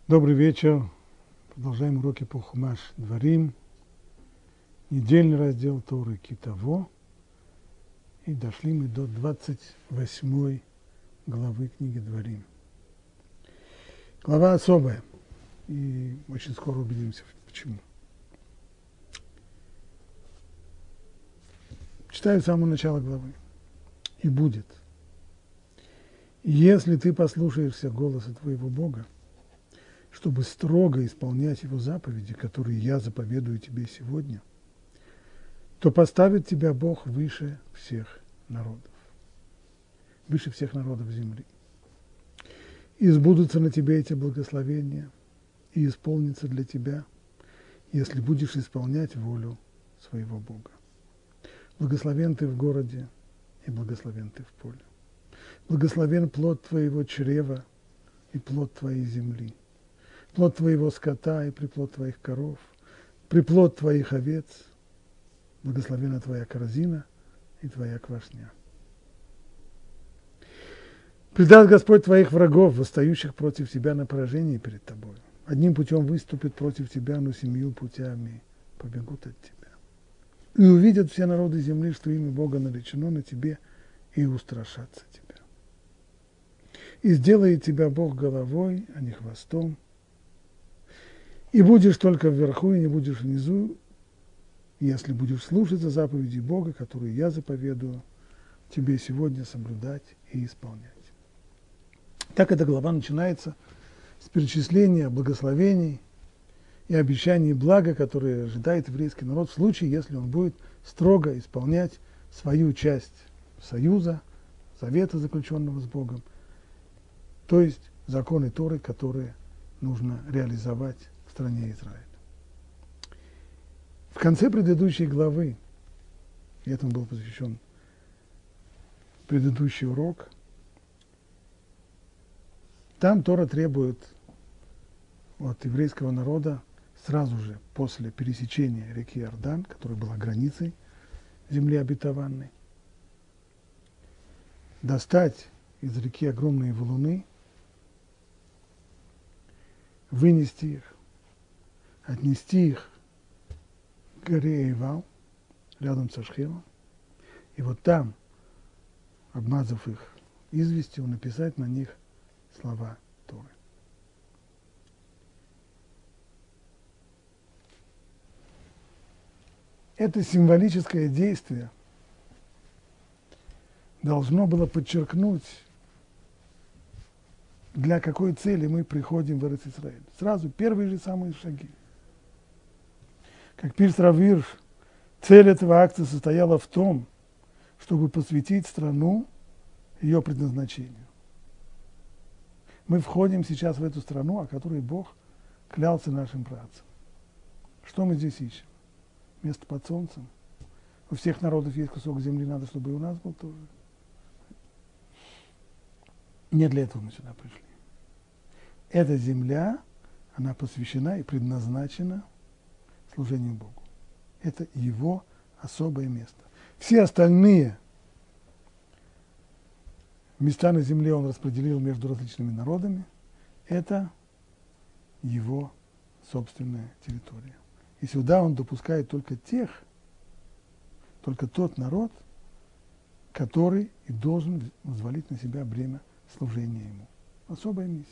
Добрый вечер. Продолжаем уроки по Хумаш Дворим. Недельный раздел Торы Китово. И дошли мы до 28 главы книги Дворим. Глава особая. И очень скоро убедимся, почему. Читаю с самого начала главы. И будет. Если ты послушаешься голоса твоего Бога, чтобы строго исполнять Его заповеди, которые я заповедую тебе сегодня, то поставит тебя Бог выше всех народов земли. И сбудутся на тебе эти благословения, и исполнится для тебя, если будешь исполнять волю своего Бога. Благословен ты в городе, и благословен ты в поле. Благословен плод твоего чрева и плод твоей земли, плод твоего скота и приплод твоих коров, приплод твоих овец, благословена твоя корзина и твоя квашня. Предаст Господь твоих врагов, восстающих против тебя на поражении перед тобой. Одним путем выступит против тебя, но 7 путями побегут от тебя. И увидят все народы земли, что имя Бога наречено на тебе, и устрашатся тебя. И сделает тебя Бог головой, а не хвостом. И будешь только вверху, и не будешь внизу, если будешь слушаться заповедей Бога, которые я заповедую тебе сегодня соблюдать и исполнять. Так эта глава начинается с перечисления благословений и обещаний блага, которые ожидает еврейский народ в случае, если он будет строго исполнять свою часть союза, завета, заключенного с Богом, то есть законы Торы, которые нужно реализовать в стране Израиля. В конце предыдущей главы, и этому был посвящен предыдущий урок, там Тора требует от еврейского народа сразу же после пересечения реки Иордан, которая была границей земли обетованной, достать из реки огромные валуны, вынести их, отнести их к горе Эйвал, рядом со Шхемом, и вот там, обмазав их известью, написать на них слова Торы. Это символическое действие должно было подчеркнуть, для какой цели мы приходим в Эрец-Исраэль. Сразу первые же самые шаги. Как пишет Рав Ирш, цель этого акта состояла в том, чтобы посвятить страну ее предназначению. Мы входим сейчас в эту страну, о которой Бог клялся нашим працам. Что мы здесь ищем? Место под солнцем. У всех народов есть кусок земли, надо, чтобы и у нас был тоже. Не для этого мы сюда пришли. Эта земля, она посвящена и предназначена служению Богу. Это его особое место. Все остальные места на земле он распределил между различными народами. Это его собственная территория. И сюда он допускает только тот народ, который и должен взвалить на себя бремя служения ему. Особая миссия.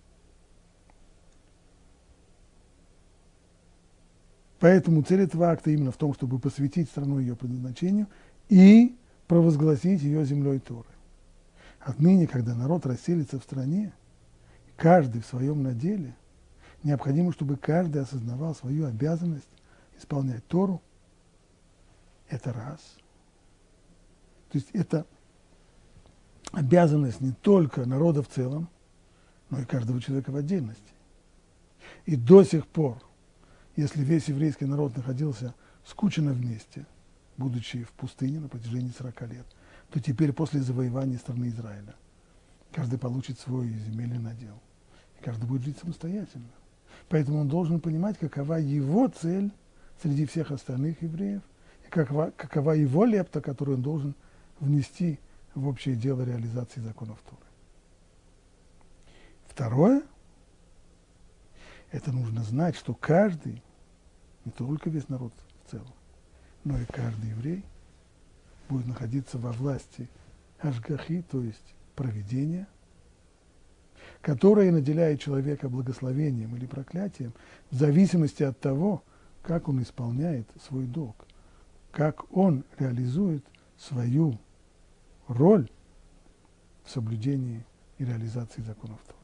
Поэтому цель этого акта именно в том, чтобы посвятить страну ее предназначению и провозгласить ее землей Торы. Отныне, когда народ расселится в стране, каждый в своем наделе, необходимо, чтобы каждый осознавал свою обязанность исполнять Тору. Это раз. То есть это обязанность не только народа в целом, но и каждого человека в отдельности. И до сих пор, если весь еврейский народ находился скучно вместе, будучи в пустыне на протяжении 40 лет, то теперь после завоевания страны Израиля каждый получит свой земельный надел. И каждый будет жить самостоятельно. Поэтому он должен понимать, какова его цель среди всех остальных евреев, и какова его лепта, которую он должен внести в общее дело реализации законов Торы. Второе, Это нужно знать, что каждый, не только весь народ в целом, но и каждый еврей будет находиться во власти ашгахи, то есть провидения, которое наделяет человека благословением или проклятием в зависимости от того, как он исполняет свой долг, как он реализует свою роль в соблюдении и реализации законов Торы.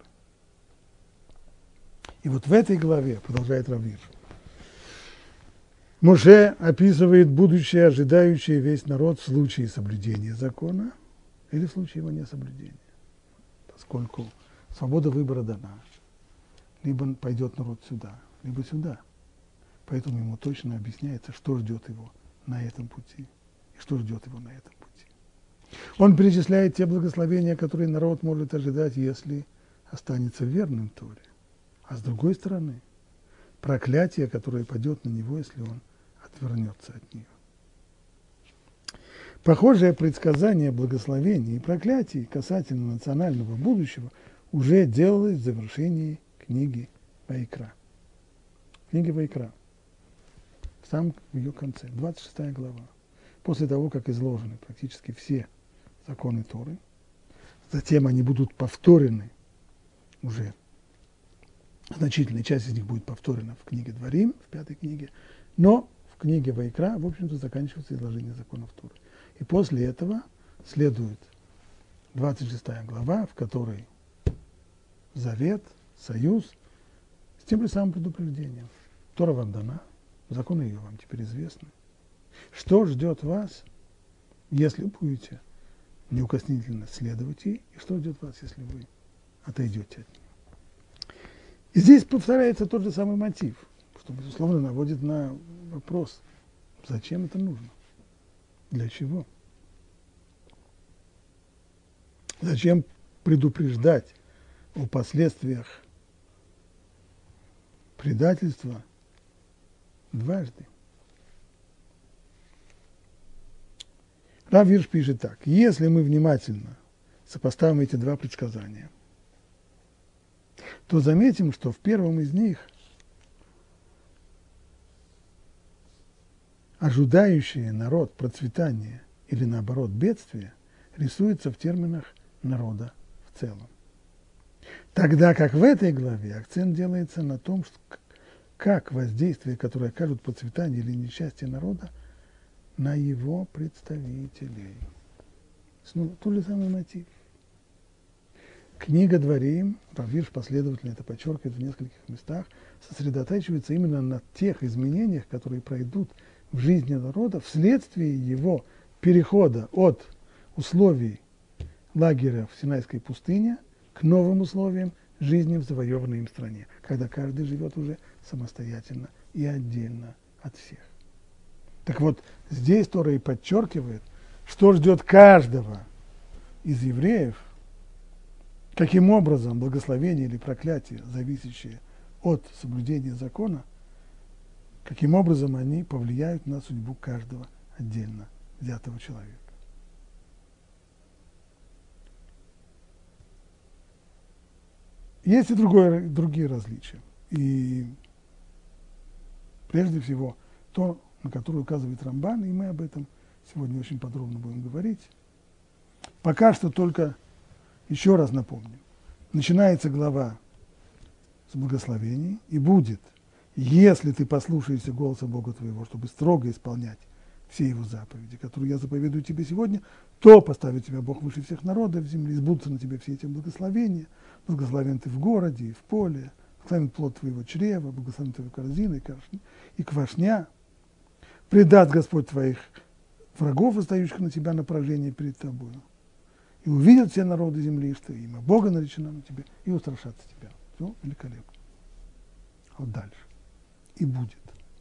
И вот в этой главе, продолжает Рав Гирш, Моше описывает будущее, ожидающее весь народ в случае соблюдения закона или в случае его несоблюдения. Поскольку свобода выбора дана, либо пойдет народ сюда, либо сюда. Поэтому ему точно объясняется, что ждет его на этом пути и что ждет его на этом пути. Он перечисляет те благословения, которые народ может ожидать, если останется верным Торе. А с другой стороны, проклятие, которое падет на него, если он отвернется от нее. Похожее предсказание благословений и проклятий касательно национального будущего уже делалось в завершении книги Ваикра. Книги Ваикра. В самом ее конце, 26 глава. После того, как изложены практически все законы Торы, затем они будут повторены уже. Значительная часть из них будет повторена в книге Дворим, в 5 книге, но в книге Ваикра, в общем-то, заканчивается изложение законов Торы. И после этого следует 26 глава, в которой завет, союз с тем же самым предупреждением. Тора вам дана, законы ее вам теперь известны. Что ждет вас, если будете неукоснительно следовать ей, и что ждет вас, если вы отойдете от нее. И здесь повторяется тот же самый мотив, что, безусловно, наводит на вопрос, зачем это нужно, для чего? Зачем предупреждать о последствиях предательства дважды? Рав Гирш пишет так: если мы внимательно сопоставим эти два предсказания, то заметим, что в первом из них ожидающий народ процветания или, наоборот, бедствия рисуется в терминах народа в целом. Тогда как в этой главе акцент делается на том, как воздействие, которое окажут процветание или несчастье народа, на его представителей. Снова тот же самый мотив. Книга Дворим, Рав Гирш последовательно это подчеркивает в нескольких местах, сосредотачивается именно на тех изменениях, которые пройдут в жизни народа вследствие его перехода от условий лагеря в Синайской пустыне к новым условиям жизни в завоеванной им стране, когда каждый живет уже самостоятельно и отдельно от всех. Так вот, здесь Тора и подчеркивает, что ждет каждого из евреев, каким образом благословение или проклятие, зависящее от соблюдения закона, каким образом они повлияют на судьбу каждого отдельно взятого человека. Есть и другие различия. И прежде всего то, на которое указывает Рамбан, и мы об этом сегодня очень подробно будем говорить. Пока что только еще раз напомню. Начинается глава с благословений, и будет, если ты послушаешься голоса Бога твоего, чтобы строго исполнять все его заповеди, которые я заповедую тебе сегодня, то поставит тебя Бог выше всех народов земли, сбудутся на тебе все эти благословения. Благословен ты в городе и в поле, благословен плод твоего чрева, благословен твоя корзина и квашня. Предаст Господь твоих врагов, остающих на тебя на поражение перед тобою. И увидят все народы земли, что имя Бога наречено на тебе, и устрашатся тебя. Все великолепно. А вот дальше. И будет.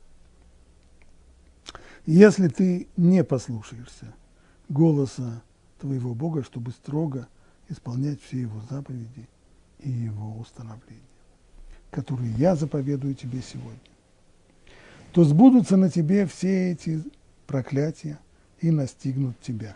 Если ты не послушаешься голоса твоего Бога, чтобы строго исполнять все его заповеди и его установления, которые я заповедую тебе сегодня, то сбудутся на тебе все эти проклятия и настигнут тебя.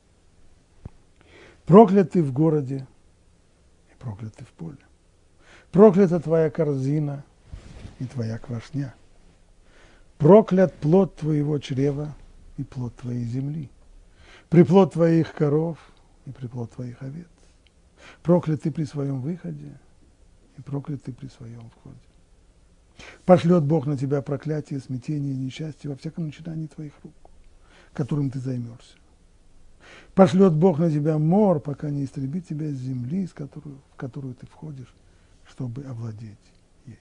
Проклят ты в городе и проклят ты в поле. Проклята твоя корзина и твоя квашня. Проклят плод твоего чрева и плод твоей земли. Приплод твоих коров и приплод твоих овец. Проклят ты при своем выходе и проклят ты при своем входе. Пошлет Бог на тебя проклятие, смятение и несчастье во всяком начинании твоих рук, которым ты займешься. Пошлет Бог на тебя мор, пока не истребит тебя с земли, в которую ты входишь, чтобы овладеть ей.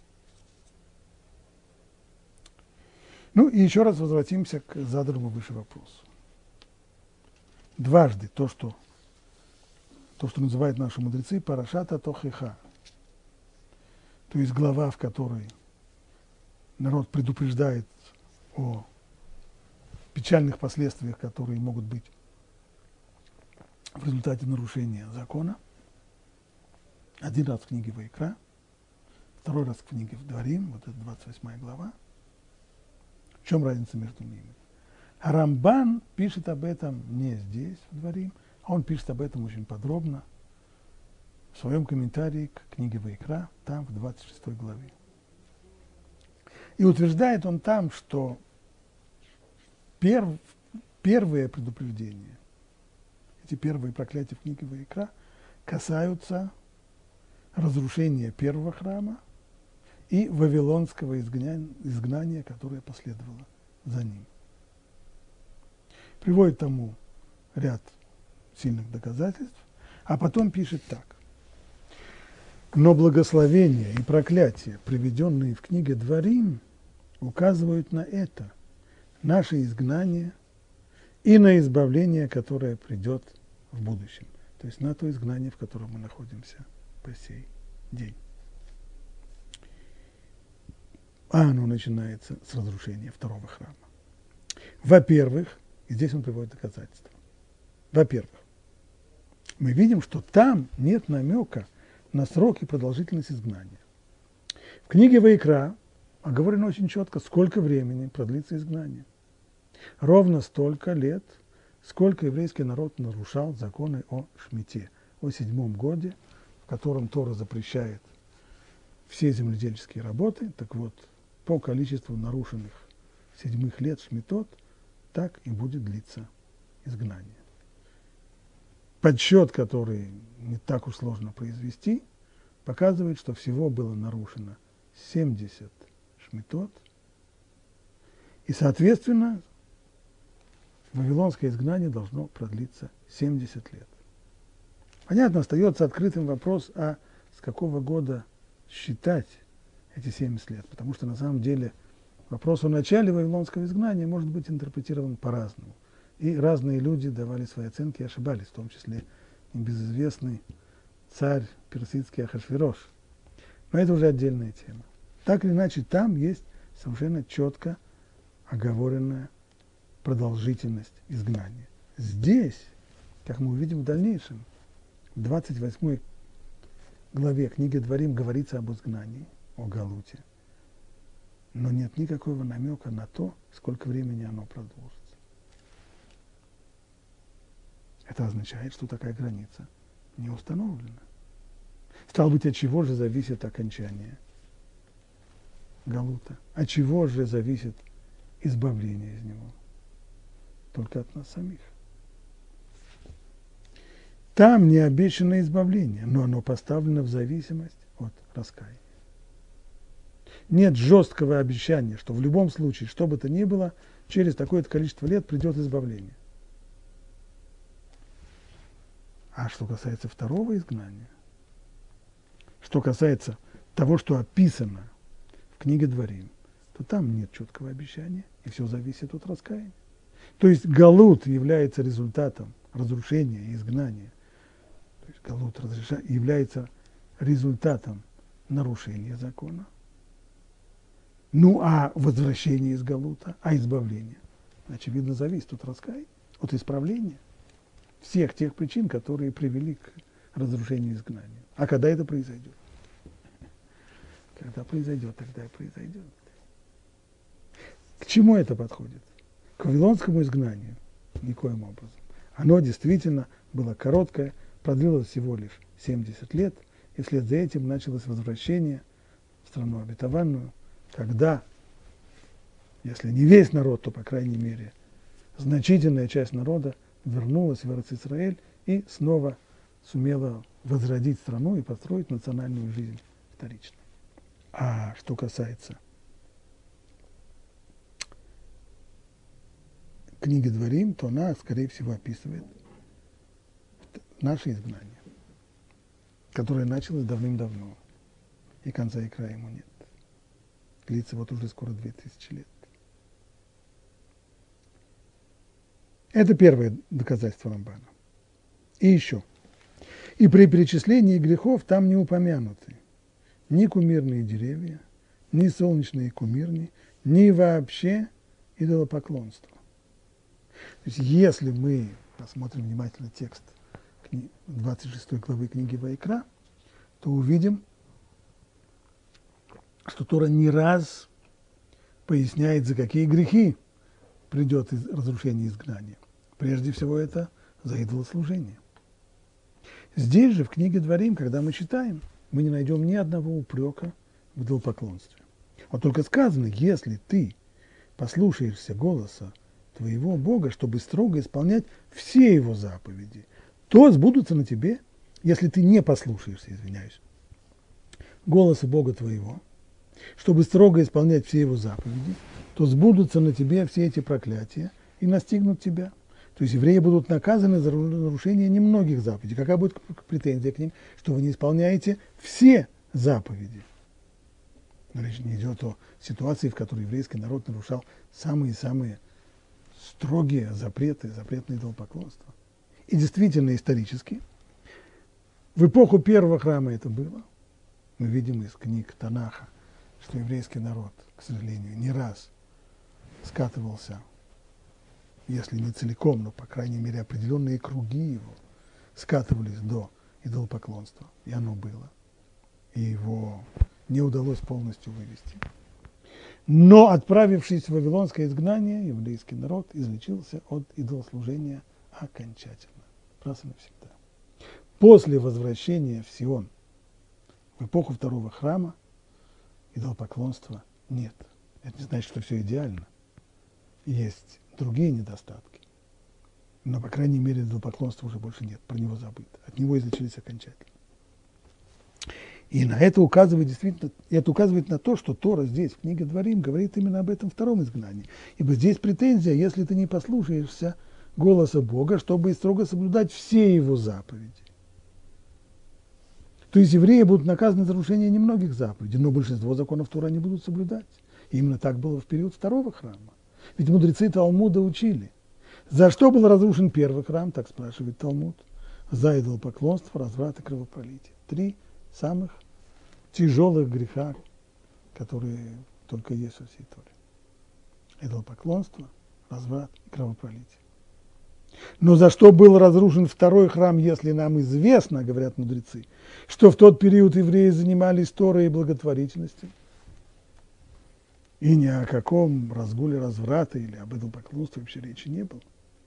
Ну и еще раз возвратимся к заданному выше вопросу. Дважды то, что называют наши мудрецы парашата тохиха, то есть глава, в которой народ предупреждает о печальных последствиях, которые могут быть в результате нарушения закона. Один раз в книге Ваикра, второй раз в книге Дворим, вот это 28 глава. В чем разница между ними? А Рамбан пишет об этом не здесь, в Дворим, а он пишет об этом очень подробно в своем комментарии к книге Ваикра, там, в 26 главе. И утверждает он там, что первые предупреждения, эти первые проклятия в книге Ваикра, касаются разрушения первого храма и вавилонского изгнания, которое последовало за ним. Приводит тому ряд сильных доказательств, а потом пишет так. Но благословения и проклятия, приведенные в книге Дворим, указывают на это, наше изгнание и на избавление, которое придет в будущем. То есть на то изгнание, в котором мы находимся по сей день. А оно начинается с разрушения второго храма. Во-первых, и здесь он приводит доказательства. Во-первых, мы видим, что там нет намека на срок и продолжительность изгнания. В книге Ваикра оговорено очень четко, сколько времени продлится изгнание. Ровно столько лет, сколько еврейский народ нарушал законы о Шмите, о 7-м годе, в котором Тора запрещает все земледельческие работы. Так вот, по количеству нарушенных 7 лет Шмитот, так и будет длиться изгнание. Подсчет, который не так уж сложно произвести, показывает, что всего было нарушено 70 Шмитот, и, соответственно, вавилонское изгнание должно продлиться 70 лет. Понятно, остается открытым вопрос, а с какого года считать эти 70 лет, потому что на самом деле вопрос о начале вавилонского изгнания может быть интерпретирован по-разному. И разные люди давали свои оценки и ошибались, в том числе небезызвестный царь персидский Ахашвирош. Но это уже отдельная тема. Так или иначе, там есть совершенно четко оговоренная продолжительность изгнания. Здесь, как мы увидим в дальнейшем, в 28 главе книги Дворим говорится об изгнании, о Галуте. Но нет никакого намека на то, сколько времени оно продолжится. Это означает, что такая граница не установлена. Стало быть, от чего же зависит окончание Галута? От чего же зависит избавление из него? Только от нас самих. Там не обещано избавление, но оно поставлено в зависимость от раскаяния. Нет жесткого обещания, что в любом случае, что бы то ни было, через такое-то количество лет придет избавление. А что касается второго изгнания, что касается того, что описано в книге Дворим, то там нет четкого обещания, и все зависит от раскаяния. То есть Галут является результатом разрушения и изгнания. То есть Галут является результатом нарушения закона. Ну а возвращение из Галута, а избавление, очевидно, зависит от раскаяния, от исправления всех тех причин, которые привели к разрушению и изгнанию. А когда это произойдет? Когда произойдет, тогда и произойдет. К чему это подходит? К вавилонскому изгнанию? Никоим образом. Оно действительно было короткое, продлилось всего лишь 70 лет, и вслед за этим началось возвращение в страну обетованную, когда, если не весь народ, то, по крайней мере, значительная часть народа вернулась в Эрец-Исраэль и снова сумела возродить страну и построить национальную жизнь вторично. А что касается книги Дворим, то она, скорее всего, описывает наше изгнание, которое началось давным-давно, и конца и края ему нет. Длится вот уже скоро 2000 лет. Это первое доказательство Рамбана. И еще. И при перечислении грехов там не упомянуты ни кумирные деревья, ни солнечные кумирни, ни вообще идолопоклонство. То есть если мы посмотрим внимательно текст 26 главы книги Ваикра, то увидим, что Тора не раз поясняет, за какие грехи придет разрушение и изгнание. Прежде всего это за идолослужение. Здесь же, в книге Дворим, когда мы читаем, мы не найдем ни одного упрека в идолопоклонстве. Вот только сказано, если ты послушаешься голоса твоего Бога, чтобы строго исполнять все его заповеди, то сбудутся на тебе, если ты не послушаешься, голоса Бога твоего, чтобы строго исполнять все его заповеди, то сбудутся на тебе все эти проклятия и настигнут тебя. То есть евреи будут наказаны за нарушение немногих заповедей. Какая будет претензия к ним? Что вы не исполняете все заповеди. Но речь не идет о ситуации, в которой еврейский народ нарушал самые-самые строгие запреты на идолопоклонство. И действительно, исторически, в эпоху первого храма это было. Мы видим из книг Танаха, что еврейский народ, к сожалению, не раз скатывался, если не целиком, но, по крайней мере, определенные круги его скатывались до идолопоклонства. И оно было. И его не удалось полностью вывести. Но, отправившись в вавилонское изгнание, еврейский народ излечился от идолослужения окончательно, раз и навсегда. После возвращения в Сион, в эпоху второго храма, идолопоклонства нет. Это не значит, что все идеально. Есть другие недостатки. Но, по крайней мере, идолопоклонства уже больше нет, про него забыто. От него излечились окончательно. И на это указывает действительно, это указывает на то, что Тора здесь, в книге Дворим, говорит именно об этом втором изгнании. Ибо здесь претензия, если ты не послушаешься голоса Бога, чтобы строго соблюдать все его заповеди. То есть евреи будут наказаны за нарушение немногих заповедей, но большинство законов Тора они будут соблюдать. И именно так было в период второго храма. Ведь мудрецы Талмуда учили. За что был разрушен первый храм, так спрашивает Талмуд? За идолопоклонство, разврат и кровопролитие. 3 самых тяжелых греха, которые только есть во всей Торе. Идолопоклонство, разврат и кровопролитие. Но за что был разрушен второй храм, если нам известно, говорят мудрецы, что в тот период евреи занимались Торой и благотворительностью, и ни о каком разгуле разврата или об идолопоклонстве вообще речи не было.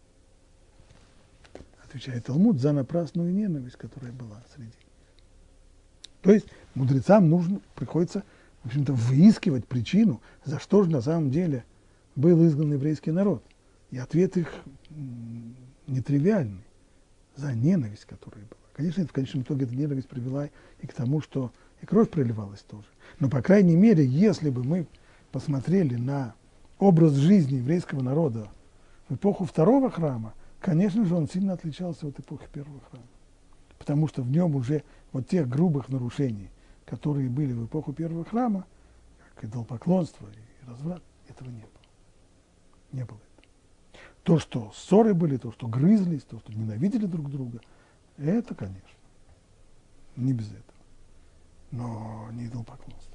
Отвечает Талмуд, за напрасную ненависть, которая была среди них. То есть мудрецам приходится, в общем-то, выискивать причину, за что же на самом деле был изгнан еврейский народ. И ответ их нетривиальный. За ненависть, которая была. Конечно, в конечном итоге эта ненависть привела и к тому, что и кровь проливалась тоже. Но, по крайней мере, если бы мы посмотрели на образ жизни еврейского народа в эпоху второго храма, конечно же, он сильно отличался от эпохи первого храма. Потому что в нем уже вот тех грубых нарушений, которые были в эпоху первого храма, как идолопоклонство и разврат, этого не было. Не было этого. То, что ссоры были, то, что грызлись, то, что ненавидели друг друга, это, конечно, не без этого. Но не идолопоклонство.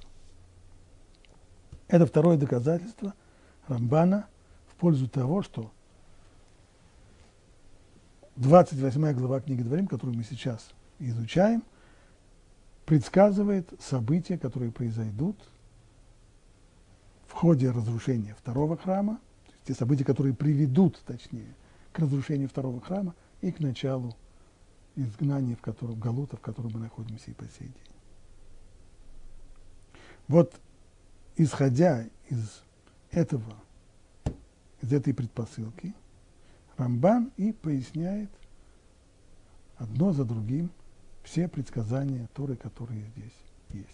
Это второе доказательство Рамбана в пользу того, что 28 глава книги Дворим, которую мы сейчас изучаем, предсказывает события, которые произойдут в ходе разрушения второго храма, то есть те события, которые приведут, точнее, к разрушению второго храма и к началу изгнания, галута, в котором мы находимся и по сей день. Вот, исходя из этой предпосылки, Рамбан и поясняет одно за другим все предсказания Торы, которые здесь есть.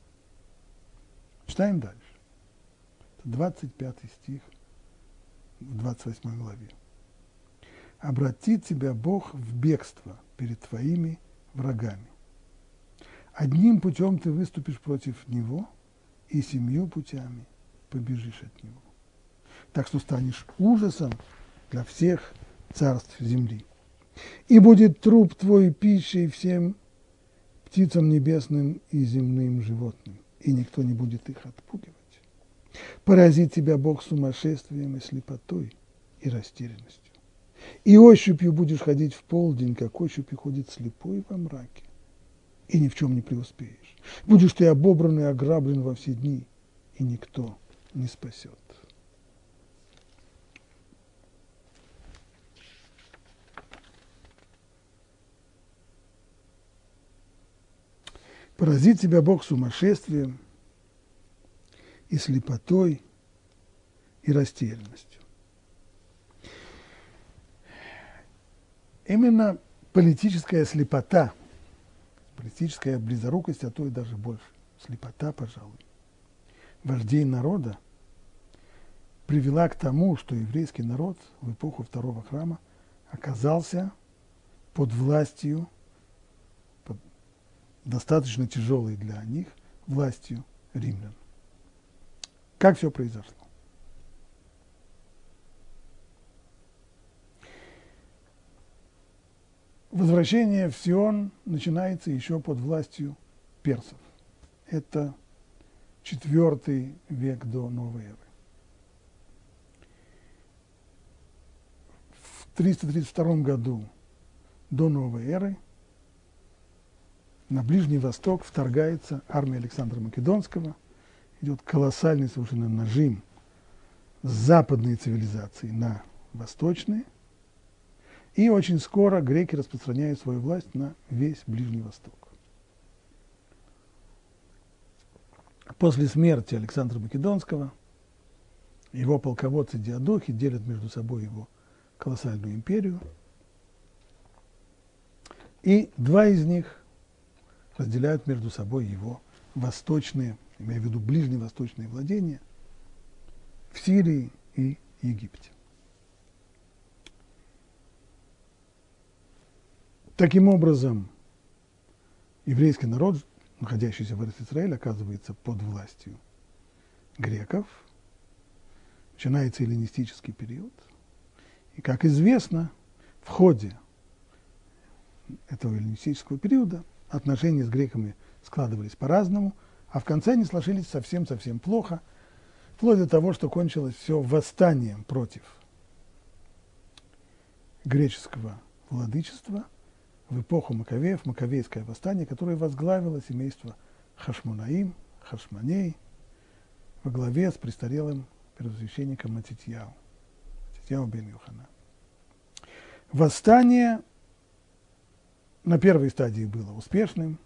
Читаем дальше. 25 стих в 28 главе. «Обратит тебя Бог в бегство перед твоими врагами. Одним путем ты выступишь против него, и 7 путями побежишь от него. Так что станешь ужасом для всех царств земли. И будет труп твой пищей всем птицам небесным и земным животным, и никто не будет их отпугивать. Поразит тебя Бог сумасшествием и слепотой, и растерянностью. И ощупью будешь ходить в полдень, как ощупью ходит слепой во мраке, и ни в чем не преуспеешь. Будешь ты обобран и ограблен во все дни, и никто не спасет». Поразит тебя Бог сумасшествием и слепотой, и растерянностью. Именно политическая слепота, политическая близорукость, а то и даже больше, слепота, пожалуй, вождей народа привела к тому, что еврейский народ в эпоху Второго храма оказался под властью, достаточно тяжелой для них, властью римлян. Как все произошло? Возвращение в Сион начинается еще под властью персов. Это 4 век до новой эры. В 332 году до новой эры на Ближний Восток вторгается армия Александра Македонского, идет колоссальный совершенно нажим с западной цивилизации на восточные, и очень скоро греки распространяют свою власть на весь Ближний Восток. После смерти Александра Македонского его полководцы диадохи делят между собой его колоссальную империю, и 2 из них разделяют между собой его восточные, имею в виду ближневосточные владения в Сирии и Египте. Таким образом, еврейский народ, находящийся в Эрец-Исраэль, оказывается под властью греков. Начинается эллинистический период. И, как известно, в ходе этого эллинистического периода отношения с греками складывались по-разному, а в конце они сложились совсем-совсем плохо, вплоть до того, что кончилось все восстанием против греческого владычества в эпоху Маковеев, Маковейское восстание, которое возглавило семейство Хашмонаим, Хашмоней, во главе с престарелым первосвященником Матитьяу бен Йоханан. Восстание на первой стадии было успешным,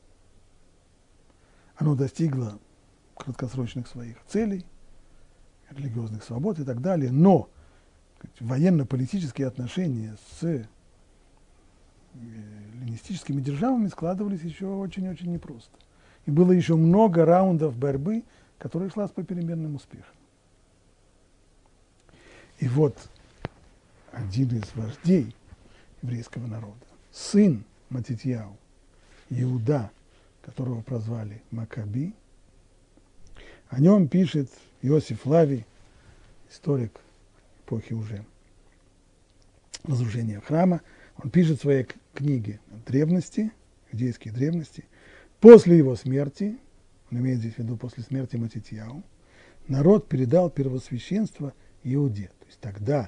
оно достигло краткосрочных своих целей, религиозных свобод и так далее, но военно-политические отношения с эллинистическими державами складывались еще очень-очень непросто. И было еще много раундов борьбы, которая шла с попеременным успехом. И вот один из вождей еврейского народа, сын Матитьяу, Иуда, которого прозвали Макаби, о нем пишет Иосиф Флавий, историк эпохи уже разрушения храма. Он пишет в своей книге «Древности», «Иудейские древности», после его смерти, он имеет здесь в виду после смерти Матитьяу, народ передал первосвященство Иуде. То есть тогда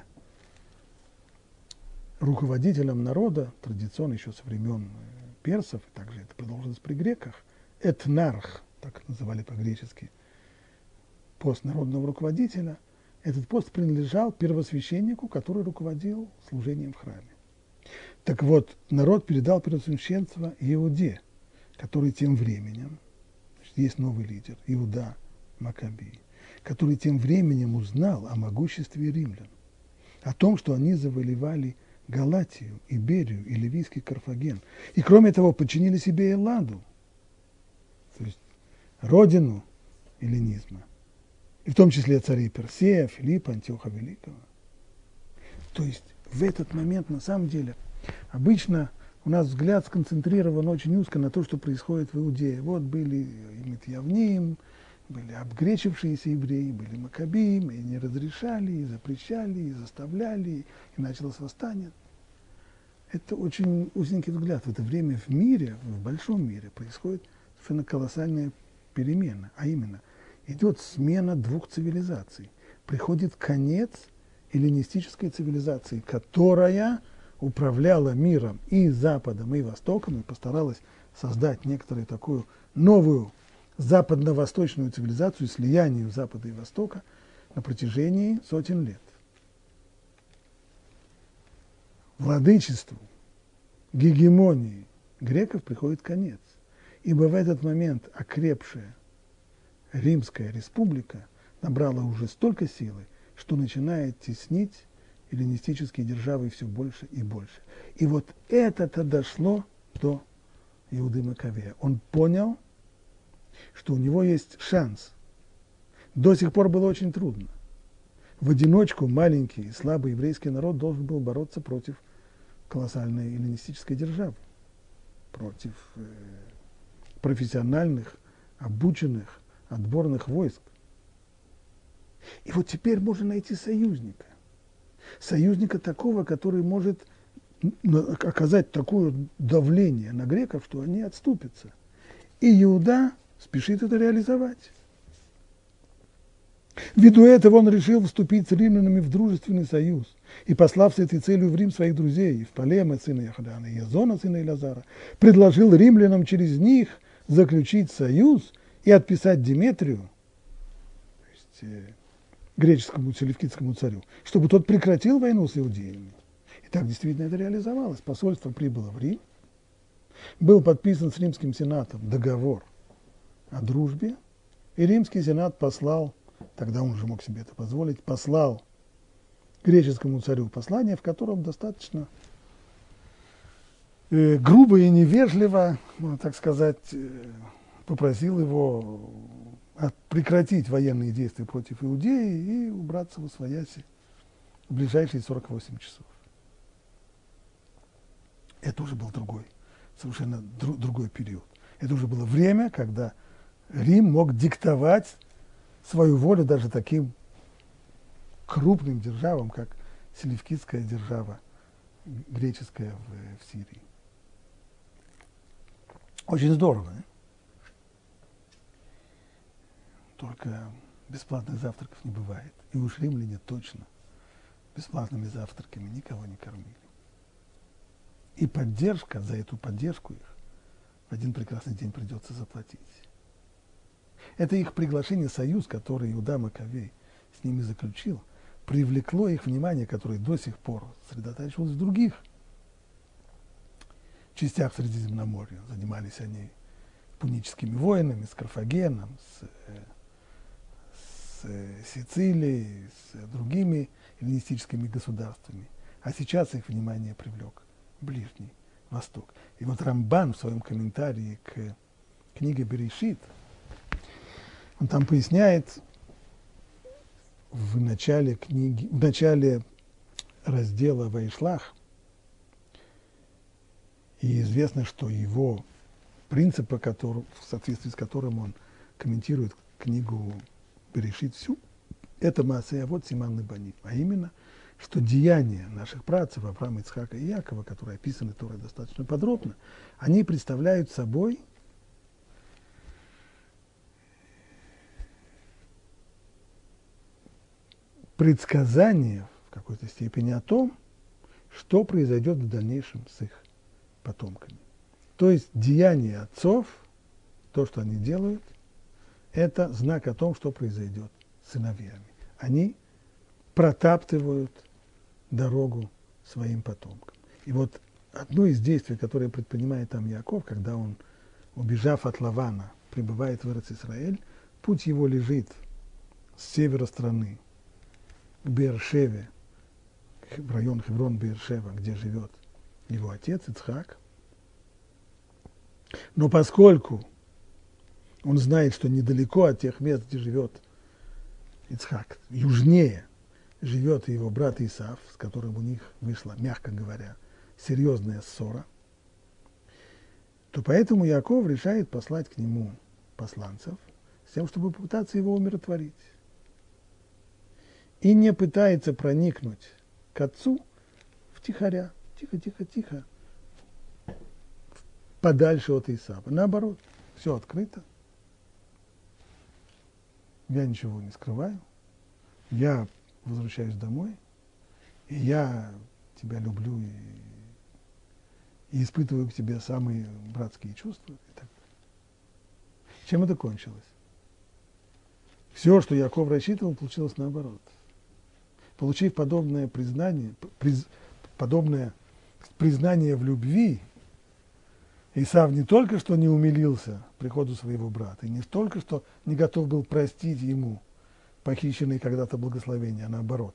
руководителем народа, традиционно еще со времен персов, и также это продолжилось при греках, этнарх, так называли по-гречески, пост народного руководителя, этот пост принадлежал первосвященнику, который руководил служением в храме. Так вот, народ передал первосвященство Иуде, который тем временем, есть новый лидер, Иуда Маккабей, который тем временем узнал о могуществе римлян, о том, что они завоевали Галатию, Иберию и Ливийский Карфаген. И кроме того, подчинили себе Элладу, то есть родину эллинизма, и в том числе царей Персея, Филиппа, Антиоха Великого. То есть в этот момент, на самом деле, обычно у нас взгляд сконцентрирован очень узко на то, что происходит в Иудее. Вот были Митьявним, были обгречившиеся евреи, были Маккабеи, и не разрешали, и запрещали, и заставляли, и началось восстание. Это очень узенький взгляд. В это время в мире, в большом мире, происходит совершенно колоссальная перемена, а именно идет смена двух цивилизаций. Приходит конец эллинистической цивилизации, которая управляла миром и Западом, и Востоком, и постаралась создать некоторую такую новую западно-восточную цивилизацию, слиянию Запада и Востока на протяжении сотен лет. Владычеству, гегемонии греков приходит конец, ибо в этот момент окрепшая Римская республика набрала уже столько силы, что начинает теснить эллинистические державы все больше и больше. И вот это-то дошло до Иуды Маккабея. Он понял, что у него есть шанс. До сих пор было очень трудно. В одиночку маленький и слабый еврейский народ должен был бороться против колоссальной эллинистической державы, против профессиональных, обученных, отборных войск. И вот теперь можно найти союзника. Союзника такого, который может оказать такое давление на греков, что они отступятся. И Иуда спешит это реализовать. Ввиду этого он решил вступить с римлянами в дружественный союз и, послав с этой целью в Рим своих друзей, Евполема, сына Яхаляна, и Язона, сына Илазара, предложил римлянам через них заключить союз и отписать Деметрию, то есть греческому селевкидскому царю, чтобы тот прекратил войну с иудеями. И так действительно это реализовалось. Посольство прибыло в Рим, был подписан с римским сенатом договор о дружбе, и римский сенат послал, тогда он уже мог себе это позволить, послал греческому царю послание, в котором достаточно грубо и невежливо, так сказать, попросил его прекратить военные действия против Иудеи и убраться восвояси в ближайшие 48 часов. Это уже был другой, совершенно другой период. Это уже было время, когда Рим мог диктовать свою волю даже таким крупным державам, как селевкидская держава, греческая в Сирии. Очень здорово, да? Только бесплатных завтраков не бывает. И уж римляне точно бесплатными завтраками никого не кормили. И поддержка, за эту поддержку их в один прекрасный день придется заплатить. Это их приглашение, союз, который Иуда Маккабей с ними заключил, привлекло их внимание, которое до сих пор сосредотачивалось в других частях Средиземноморья. Занимались они пуническими войнами, с Карфагеном, с Сицилией, с другими эллинистическими государствами. А сейчас их внимание привлек Ближний Восток. И вот Рамбан в своем комментарии к книге Берешит, он там поясняет в начале книги, в начале раздела Ваишлах, и известно, что его принцип, в соответствии с которым он комментирует книгу Берешит всю, это Маасей Авот Симан Лебаним, а именно, что деяния наших працев Авраама, Ицхака и Якова, которые описаны Торой достаточно подробно, они представляют собой предсказание в какой-то степени о том, что произойдет в дальнейшем с их потомками. То есть деяния отцов, то, что они делают, это знак о том, что произойдет с сыновьями. Они протаптывают дорогу своим потомкам. И вот одно из действий, которое предпринимает там Яков, когда он, убежав от Лавана, прибывает в Эрец-Исраэль, путь его лежит с севера страны к Беэр-Шеве, в район Хеврон-Беэр-Шева, где живет его отец Ицхак. Но поскольку он знает, что недалеко от тех мест, где живет Ицхак, южнее живет его брат Исав, с которым у них вышла, мягко говоря, серьезная ссора, то поэтому Яков решает послать к нему посланцев с тем, чтобы попытаться его умиротворить. И не пытается проникнуть к отцу втихаря, тихо, подальше от Исава. Наоборот, все открыто. Я ничего не скрываю. Я возвращаюсь домой, и я тебя люблю и испытываю к тебе самые братские чувства. И так. Чем это кончилось? Все, что Яков рассчитывал, получилось наоборот. Получив подобное признание в любви, Исав не только что не умилился приходу своего брата, и не только что не готов был простить ему похищенные когда-то благословения, а наоборот.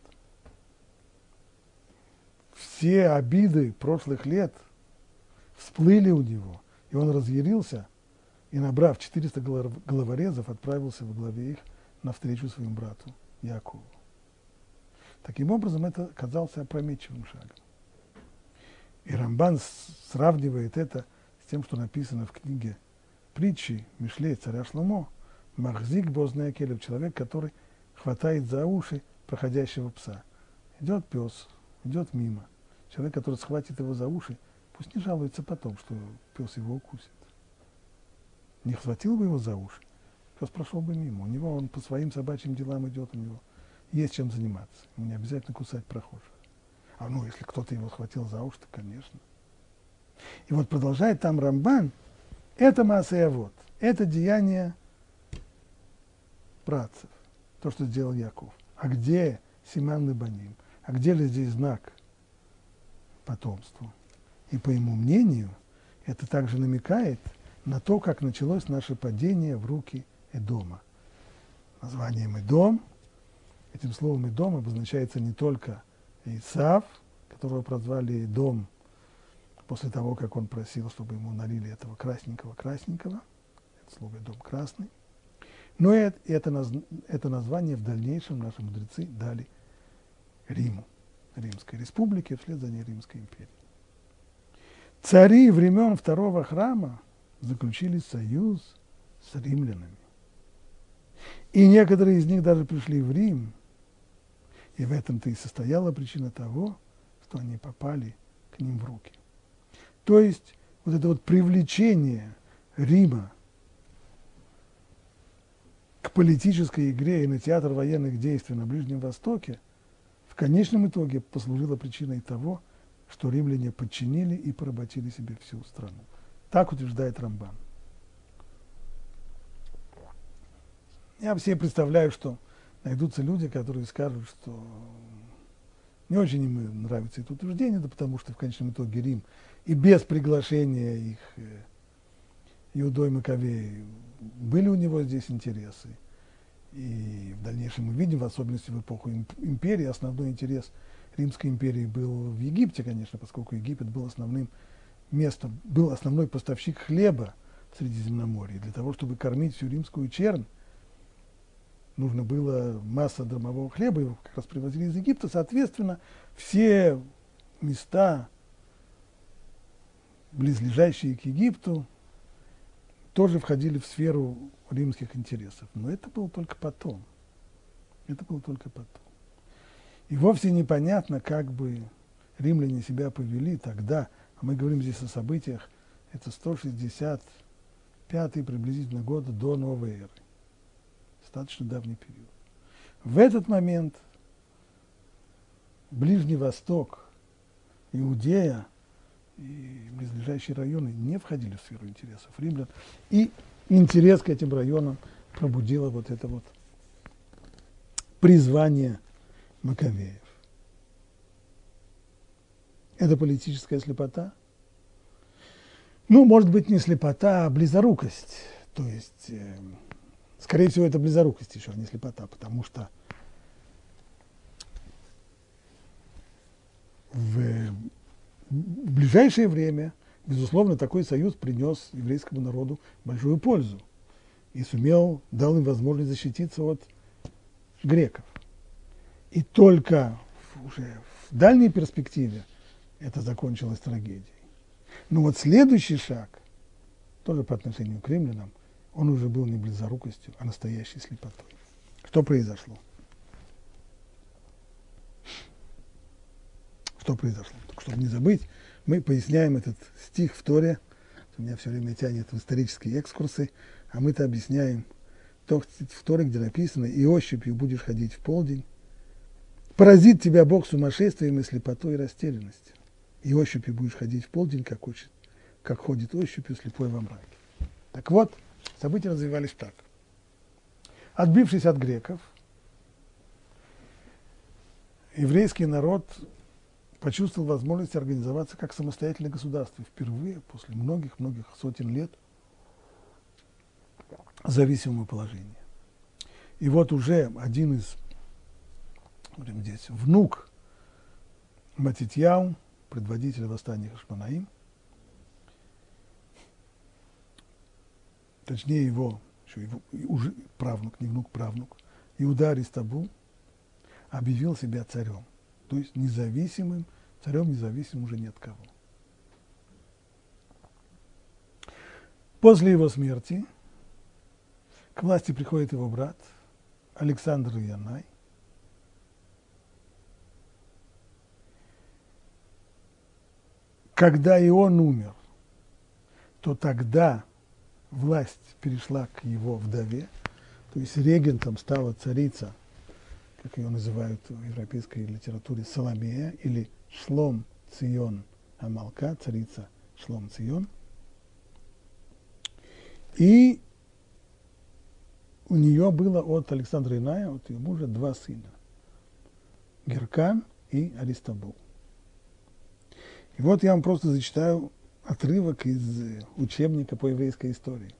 Все обиды прошлых лет всплыли у него, и он разъярился, и, набрав 400 головорезов, отправился во главе их навстречу своему брату Якову. Таким образом, это оказался опрометчивым шагом. И Рамбан сравнивает это с тем, что написано в книге притчи Мишлей царя Шломо, Махзик бозная келев, человек, который хватает за уши проходящего пса. Идет пес, идет мимо. Человек, который схватит его за уши, пусть не жалуется потом, что пес его укусит. Не схватил бы его за уши, пес прошел бы мимо. У него он по своим собачьим делам идет, у него есть чем заниматься. Ему не обязательно кусать прохожих. А ну, если кто-то его схватил за уши, то, конечно. И вот продолжает там Рамбан, это Маасей Авот, это деяние працев, то, что сделал Яков. А где Симан Лебаним? А где ли здесь знак потомству? И по его мнению, это также намекает на то, как началось наше падение в руки Эдома. Названием Эдом, этим словом Эдом обозначается не только Исав, которого прозвали Эдом после того, как он просил, чтобы ему налили этого красненького, это слово Эдом красный, но это название в дальнейшем наши мудрецы дали Риму, Римской республике, вслед за ней Римской империи. Цари времен второго храма заключили союз с римлянами. И некоторые из них даже пришли в Рим, и в этом-то и состояла причина того, что они попали к ним в руки. То есть вот это вот привлечение Рима к политической игре и на театр военных действий на Ближнем Востоке в конечном итоге послужило причиной того, что римляне подчинили и поработили себе всю страну. Так утверждает Рамбан. Я себе представляю, что найдутся люди, которые скажут, что не очень им нравится это утверждение, да потому что в конечном итоге Рим и без приглашения их Иудой Маковей были у него здесь интересы. И в дальнейшем мы видим, в особенности в эпоху империи, основной интерес Римской империи был в Египте, конечно, поскольку Египет был основным местом, был основной поставщик хлеба в Средиземноморье. Для того, чтобы кормить всю римскую чернь, нужно было масса домового хлеба, его как раз привозили из Египта. Соответственно, все места, близлежащие к Египту, тоже входили в сферу римских интересов. Но это было только потом. И вовсе непонятно, как бы римляне себя повели тогда, а мы говорим здесь о событиях, это 165-й приблизительно год до новой эры. Достаточно давний период. В этот момент Ближний Восток, Иудея и близлежащие районы не входили в сферу интересов римлян, и интерес к этим районам пробудило вот это вот призвание Маковеев. Это политическая слепота? Ну, может быть, не слепота, а близорукость. То есть, скорее всего, это близорукость еще, а не слепота, потому что в ближайшее время, безусловно, такой союз принес еврейскому народу большую пользу и дал им возможность защититься от греков. И только уже в дальней перспективе это закончилось трагедией. Но вот следующий шаг, тоже по отношению к римлянам, он уже был не близорукостью, а настоящей слепотой. Что произошло? Что произошло? Так, чтобы не забыть, мы поясняем этот стих в Торе. Меня все время тянет в исторические экскурсы, а мы-то объясняем то в Торе, где написано: «И ощупью будешь ходить в полдень, поразит тебя Бог сумасшествием и слепотой и растерянностью. И ощупью будешь ходить в полдень, как ходит ощупью слепой во мраке». Так вот, события развивались так. Отбившись от греков, еврейский народ почувствовал возможность организоваться как самостоятельное государство. Впервые, после многих-многих сотен лет зависимого положения. И вот уже один из, здесь, внук Матитьяу, предводителя восстания Хашмонаим, точнее его уже правнук, не внук, правнук, Иуда Аристабул, объявил себя царем, то есть независимым, царем независимым уже ни от кого. После его смерти к власти приходит его брат Александр Янай. Когда и он умер, то тогда власть перешла к его вдове, то есть регентом стала царица, как ее называют в европейской литературе, Соломея, или Шлом Цион Амалка, царица Шлом Цион. И у нее было от Александра Иная, от ее мужа, 2 сына, Геркан и Аристабул. И вот я вам просто зачитаю отрывок из учебника по еврейской истории.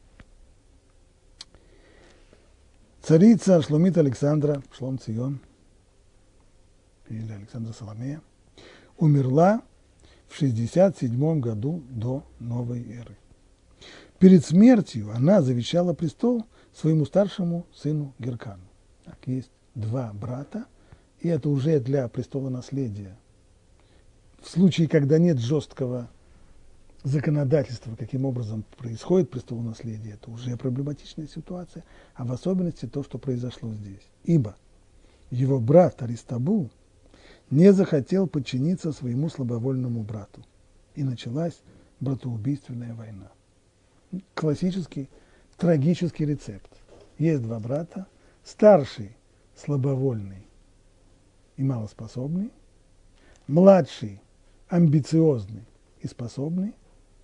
Царица Шломит Александра, Шлом Цион, или Александра Соломея, умерла в 67 году до новой эры. Перед смертью она завещала престол своему старшему сыну Геркану. Так, есть 2 брата, и это уже для престола наследия. В случае, когда нет жесткого законодательства, каким образом происходит престолонаследие, это уже проблематичная ситуация, а в особенности то, что произошло здесь. Ибо его брат Аристабул не захотел подчиниться своему слабовольному брату, и началась братоубийственная война. Классический, трагический рецепт. Есть 2 брата, старший слабовольный и малоспособный, младший амбициозный и способный.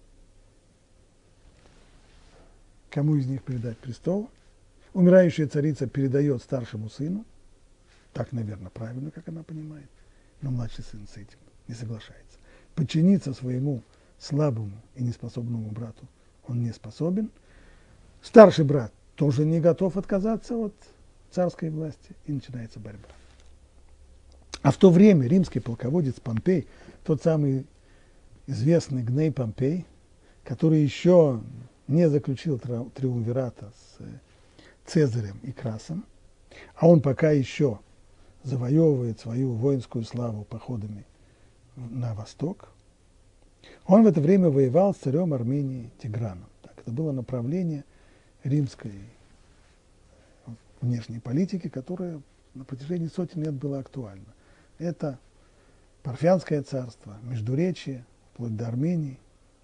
Кому из них передать престол? Умирающая царица передает старшему сыну, так, наверное, правильно, как она понимает, но младший сын с этим не соглашается. Подчиниться своему слабому и неспособному брату он не способен. Старший брат тоже не готов отказаться от царской власти, и начинается борьба. А в то время римский полководец Помпей, тот самый известный Гней Помпей, который еще не заключил триумвирата с Цезарем и Красом, а он пока еще завоевывает свою воинскую славу походами на восток, он в это время воевал с царем Армении Тиграном. Так, это было направление римской внешней политики, которое на протяжении сотен лет было актуально. Это Парфянское царство, Междуречье, вплоть до Армении.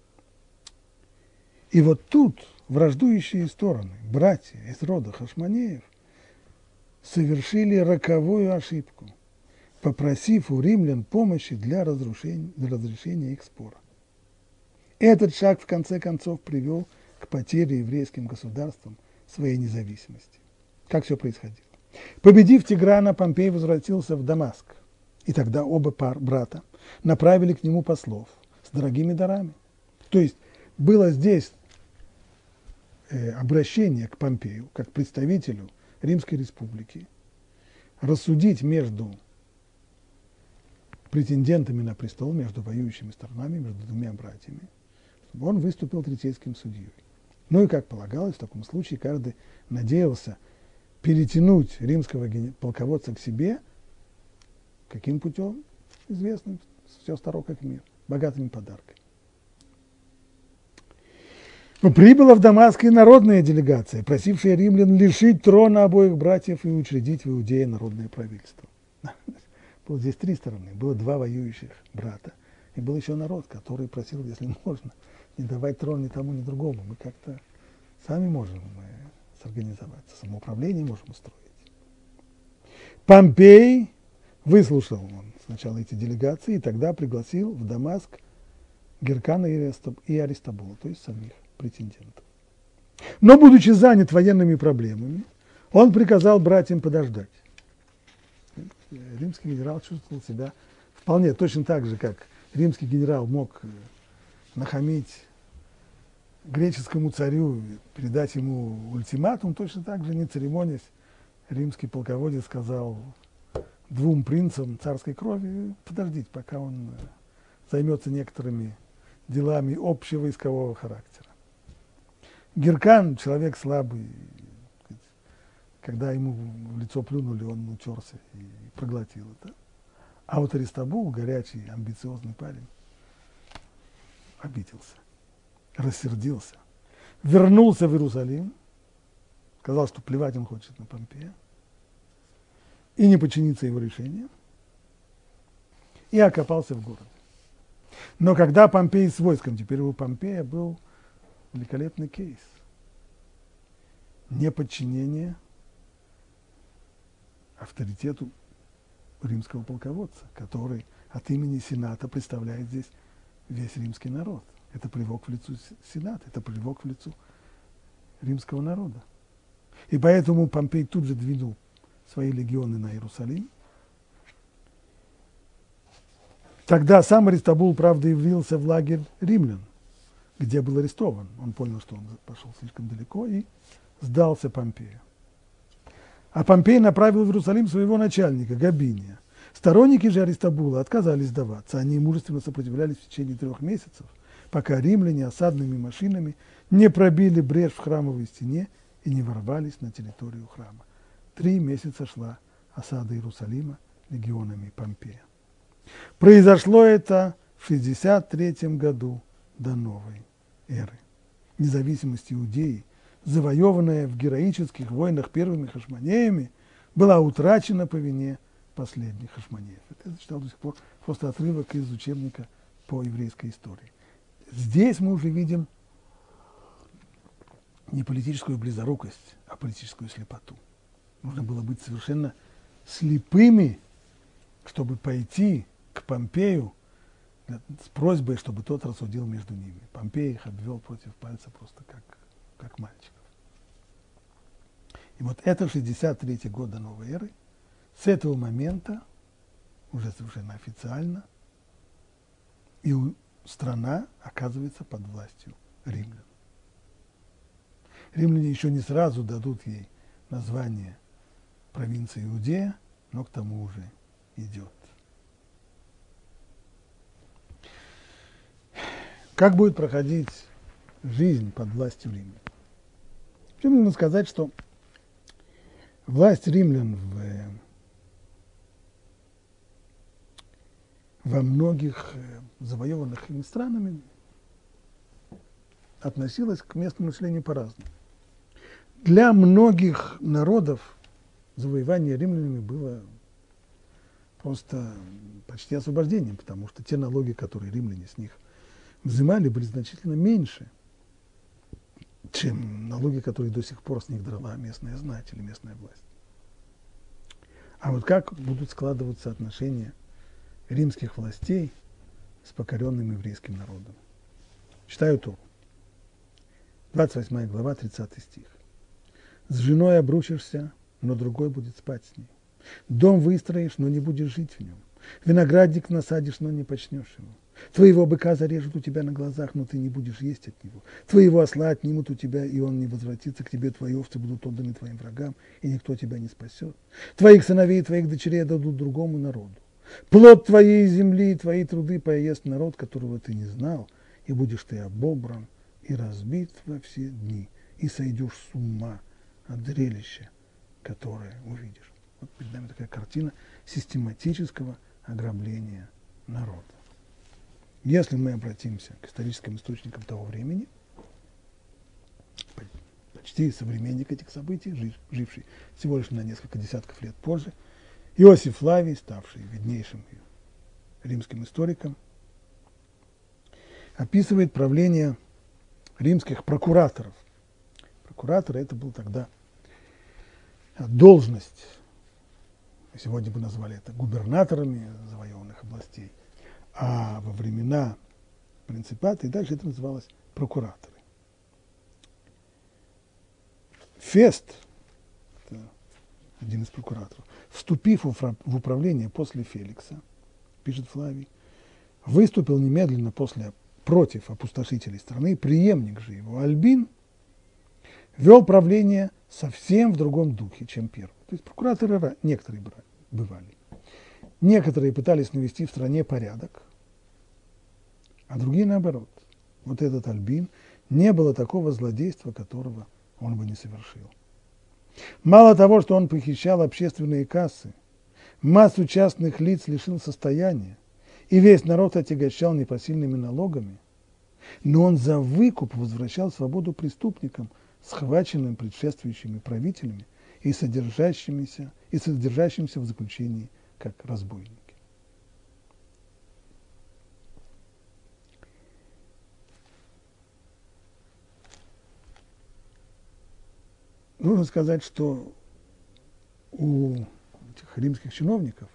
И вот тут враждующие стороны, братья из рода Хашмонеев, совершили роковую ошибку, попросив у римлян помощи для разрешения их спора. Этот шаг, в конце концов, привел к потере еврейским государствам своей независимости. Как все происходило? Победив Тиграна, Помпей возвратился в Дамаск И тогда оба брата направили к нему послов с дорогими дарами. То есть было здесь обращение к Помпею, как представителю Римской Республики, рассудить между претендентами на престол, между воюющими сторонами, между двумя братьями, чтобы он выступил третейским судьей. Ну и, как полагалось, в таком случае каждый надеялся перетянуть римского полководца к себе, каким путем? Известным, все старо как мир, богатыми подарками. Но прибыла в Дамаск и народная делегация, просившая римлян лишить трона обоих братьев и учредить в Иудее народное правительство. Было здесь три стороны. Было два воюющих брата. И был еще народ, который просил, если можно, не давать трон ни тому, ни другому. Мы как-то сами можем сорганизоваться, самоуправление можем устроить. Помпей выслушал он сначала эти делегации, и тогда пригласил в Дамаск Геркана и Аристобула, то есть самих претендентов. Но, будучи занят военными проблемами, он приказал братьям подождать. Римский генерал чувствовал себя вполне точно так же, как римский генерал мог нахамить греческому царю, передать ему ультиматум, точно так же, не церемонясь, римский полководец сказал двум принцам царской крови: подождите, пока он займется некоторыми делами общего войскового характера. Геркан, человек слабый, когда ему в лицо плюнули, он утерся и проглотил это. А вот Аристобул, горячий, амбициозный парень, обиделся, рассердился, вернулся в Иерусалим, сказал, что плевать он хочет на Помпея, и не подчиниться его решению, и окопался в городе. Но когда Помпей с войском, теперь у Помпея был великолепный кейс. Неподчинение авторитету римского полководца, который от имени Сената представляет здесь весь римский народ. Это плевок в лицо Сената, это плевок в лицо римского народа. И поэтому Помпей тут же двинул свои легионы на Иерусалим. Тогда сам Аристобул, правда, явился в лагерь римлян, где был арестован. Он понял, что он пошел слишком далеко, и сдался Помпею. А Помпей направил в Иерусалим своего начальника, Габиния. Сторонники же Аристобула отказались сдаваться. Они мужественно сопротивлялись в течение 3 месяцев, пока римляне осадными машинами не пробили брешь в храмовой стене и не ворвались на территорию храма. 3 месяца шла осада Иерусалима легионами Помпея. Произошло это в 63 году до новой эры. Независимость Иудеи, завоеванная в героических войнах первыми хашмонеями, была утрачена по вине последних хашмонеев. Это я зачитал до сих пор просто отрывок из учебника по еврейской истории. Здесь мы уже видим не политическую близорукость, а политическую слепоту. Нужно было быть совершенно слепыми, чтобы пойти к Помпею с просьбой, чтобы тот рассудил между ними. Помпей их обвел против пальца просто как мальчиков. И вот это 63-й год до новой эры. С этого момента, уже совершенно официально, и страна оказывается под властью римлян. Римляне еще не сразу дадут ей название провинции Иудея, но к тому уже идет. Как будет проходить жизнь под властью римлян? Вообще нужно сказать, что власть римлян во многих завоеванных ими странами относилась к местному населению по-разному. Для многих народов завоевание римлянами было просто почти освобождением, потому что те налоги, которые римляне с них взимали, были значительно меньше, чем налоги, которые до сих пор с них драла местная знать или местная власть. А вот как будут складываться отношения римских властей с покоренным еврейским народом? Читаю Тору. 28 глава, 30 стих. «С женой обручишься, но другой будет спать с ней. Дом выстроишь, но не будешь жить в нем. Виноградник насадишь, но не почнешь его. Твоего быка зарежут у тебя на глазах, но ты не будешь есть от него. Твоего осла отнимут у тебя, и он не возвратится к тебе. Твои овцы будут отданы твоим врагам, и никто тебя не спасет. Твоих сыновей и твоих дочерей дадут другому народу. Плод твоей земли и твои труды поест народ, которого ты не знал, и будешь ты обобран и разбит во все дни, и сойдешь с ума от зрелища, которое увидишь. Вот перед нами такая картина систематического ограбления народа. Если мы обратимся к историческим источникам того времени, почти современник этих событий, живший всего лишь на несколько десятков лет позже, Иосиф Флавий, ставший виднейшим римским историком, описывает правление римских прокураторов. Прокураторы – это была тогда должность, сегодня бы назвали это губернаторами завоеванных областей, а во времена принципата и дальше это называлось прокураторы. Фест, это один из прокураторов, вступив в управление после Феликса, пишет Флавий, выступил немедленно против опустошителей страны, преемник же его, Альбин, вел правление совсем в другом духе, чем первый. То есть прокураторы некоторые бывали. Некоторые пытались навести в стране порядок, а другие наоборот. Вот этот Альбин, не было такого злодейства, которого он бы не совершил. Мало того, что он похищал общественные кассы, массу частных лиц лишил состояния, и весь народ отягощал непосильными налогами, но он за выкуп возвращал свободу преступникам, схваченным предшествующими правителями и содержащимися в заключении как разбойники. Нужно сказать, что у этих римских чиновников,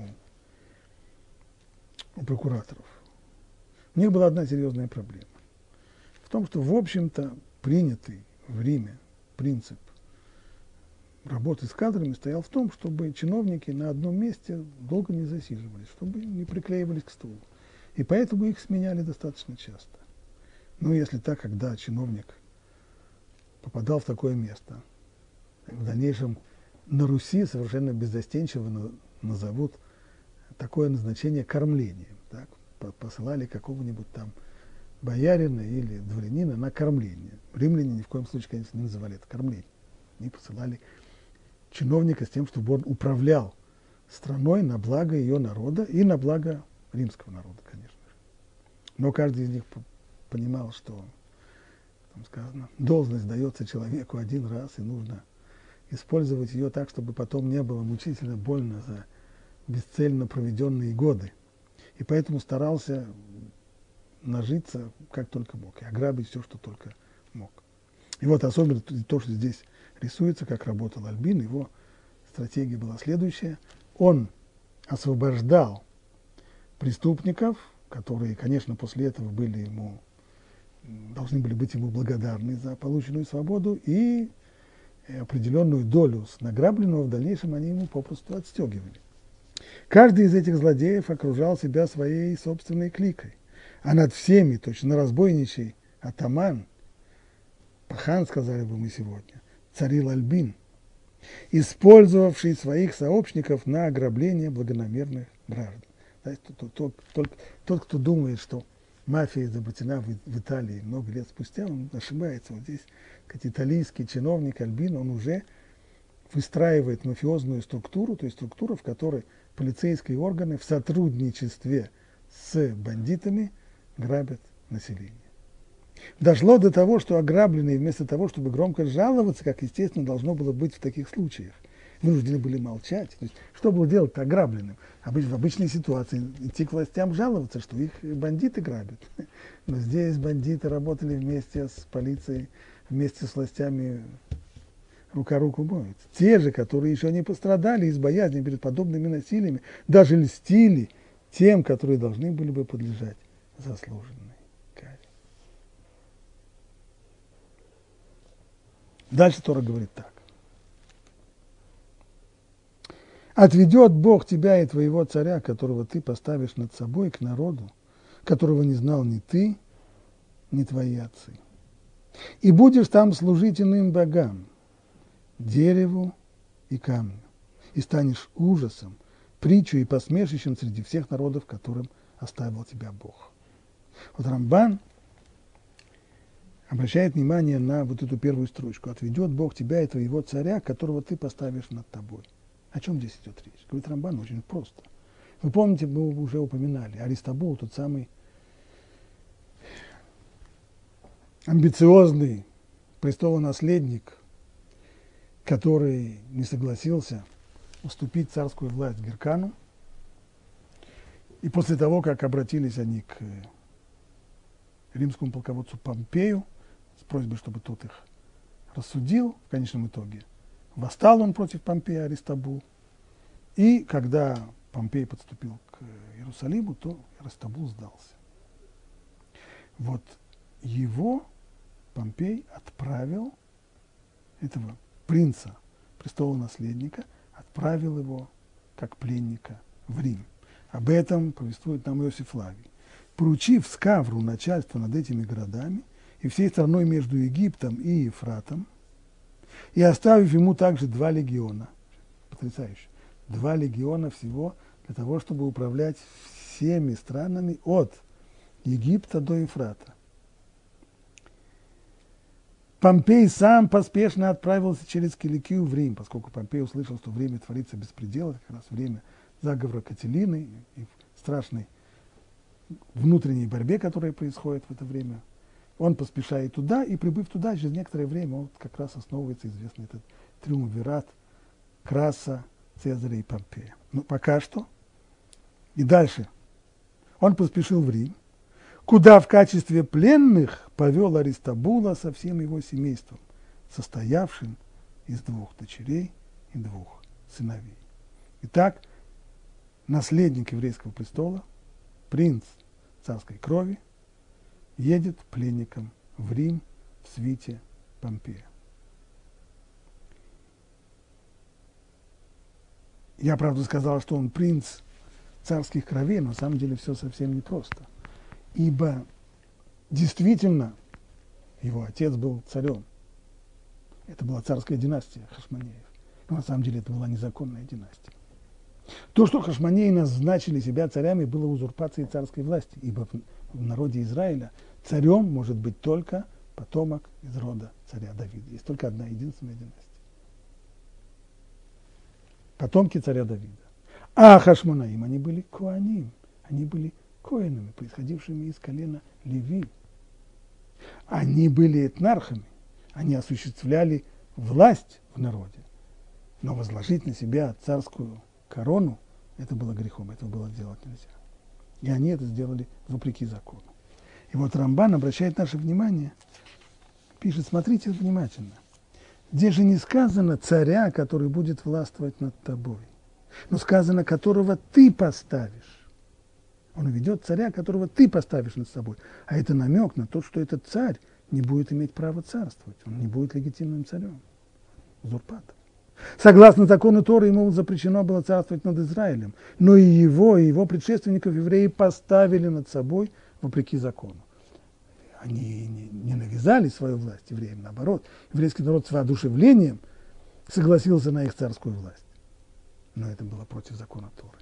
у прокураторов, у них была одна серьезная проблема. В том, что, в общем-то, принятый в Риме принцип работы с кадрами стоял в том, чтобы чиновники на одном месте долго не засиживались, чтобы не приклеивались к стулу. И поэтому их сменяли достаточно часто. Но если так, когда чиновник попадал в такое место, в дальнейшем на Руси совершенно беззастенчиво назовут такое назначение кормлением. Так? Посылали какого-нибудь там боярина или дворянина на кормление. Римляне ни в коем случае, конечно, не называли это кормлением. Они посылали чиновника с тем, чтобы он управлял страной на благо ее народа и на благо римского народа, конечно же. Но каждый из них понимал, что, там сказано, должность дается человеку один раз, и нужно использовать ее так, чтобы потом не было мучительно больно за бесцельно проведенные годы. И поэтому старался нажиться как только мог, и ограбить все, что только мог. И вот особенно то, что здесь рисуется, как работал Альбин, его стратегия была следующая. Он освобождал преступников, которые, конечно, после этого должны были быть ему благодарны за полученную свободу, и определенную долю с награбленного в дальнейшем они ему попросту отстегивали. Каждый из этих злодеев окружал себя своей собственной кликой, а над всеми, точно разбойничий атаман, пахан, сказали бы мы сегодня, царил Альбин, использовавший своих сообщников на ограбление благонамерных граждан. Тот, кто думает, что мафия изобретена в Италии много лет спустя, он ошибается. Вот здесь итальянский чиновник Альбин, он уже выстраивает мафиозную структуру, то есть структуру, в которой полицейские органы в сотрудничестве с бандитами грабят население. Дошло до того, что ограбленные вместо того, чтобы громко жаловаться, как, естественно, должно было быть в таких случаях, вынуждены были молчать. То есть, что было делать ограбленным? В обычной ситуации идти к властям жаловаться, что их бандиты грабят. Но здесь бандиты работали вместе с полицией, вместе с властями рука руку моет. Те же, которые еще не пострадали из боязни перед подобными насилиями, даже льстили тем, которые должны были бы подлежать заслуженной каре. Дальше Тора говорит так. Отведет Бог тебя и твоего царя, которого ты поставишь над собой, к народу, которого не знал ни ты, ни твои отцы. И будешь там служить иным богам, дереву и камню, и станешь ужасом, притчу и посмешищем среди всех народов, которым оставил тебя Бог. Вот Рамбан обращает внимание на вот эту первую строчку. Отведет Бог тебя и твоего царя, которого ты поставишь над тобой. О чем здесь идет речь? Говорит Рамбан очень просто. Вы помните, мы уже упоминали, Аристабул, тот самый амбициозный престолонаследник, который не согласился уступить царскую власть Геркану. И после того, как обратились они к римскому полководцу Помпею с просьбой, чтобы тот их рассудил, в конечном итоге восстал он против Помпея, Аристабул. И когда Помпей подступил к Иерусалиму, то Аристабул сдался. Вот его Помпей отправил, этого принца, престола-наследника, отправил его как пленника в Рим. Об этом повествует нам Иосиф Флавий. Поручив Скавру начальство над этими городами и всей страной между Египтом и Ефратом, и оставив ему также 2 легиона, потрясающе, 2 легиона всего для того, чтобы управлять всеми странами от Египта до Ефрата. Помпей сам поспешно отправился через Киликию в Рим, поскольку Помпей услышал, что в Риме творится беспредел, это как раз время заговора Кателины и страшной внутренней борьбе, которая происходит в это время. Он поспешает туда, и, прибыв туда, через некоторое время вот как раз основывается известный этот триумвират Краса, Цезаря и Помпея. Но пока что. И дальше. Он поспешил в Рим, куда в качестве пленных повел Аристабула со всем его семейством, состоявшим из 2 дочерей и 2 сыновей. Итак, наследник еврейского престола, принц царской крови, едет пленником в Рим в свите Помпея. Я, правда, сказал, что он принц царских кровей, но на самом деле все совсем непросто. Ибо действительно его отец был царем. Это была царская династия Хашмонеев. Но на самом деле это была незаконная династия. То, что Хашмонеи назначили себя царями, было узурпацией царской власти, ибо в народе Израиля царем может быть только потомок из рода царя Давида. Есть только одна единственная династия. Потомки царя Давида. А Хашмонаим, они были коаним, они были коинами, происходившими из колена Леви. Они были этнархами, они осуществляли власть в народе, но возложить на себя царскую корону, это было грехом, этого было делать нельзя. И они это сделали вопреки закону. И вот Рамбан обращает наше внимание, пишет, смотрите внимательно, здесь же не сказано царя, который будет властвовать над тобой, но сказано, которого ты поставишь. Он уведет царя, которого ты поставишь над собой. А это намек на то, что этот царь не будет иметь права царствовать. Он не будет легитимным царем. Узурпатор. Согласно закону Торы, ему запрещено было царствовать над Израилем. Но и его предшественников евреи поставили над собой вопреки закону. Они не навязали свою власть евреям, наоборот. Еврейский народ с воодушевлением согласился на их царскую власть. Но это было против закона Торы.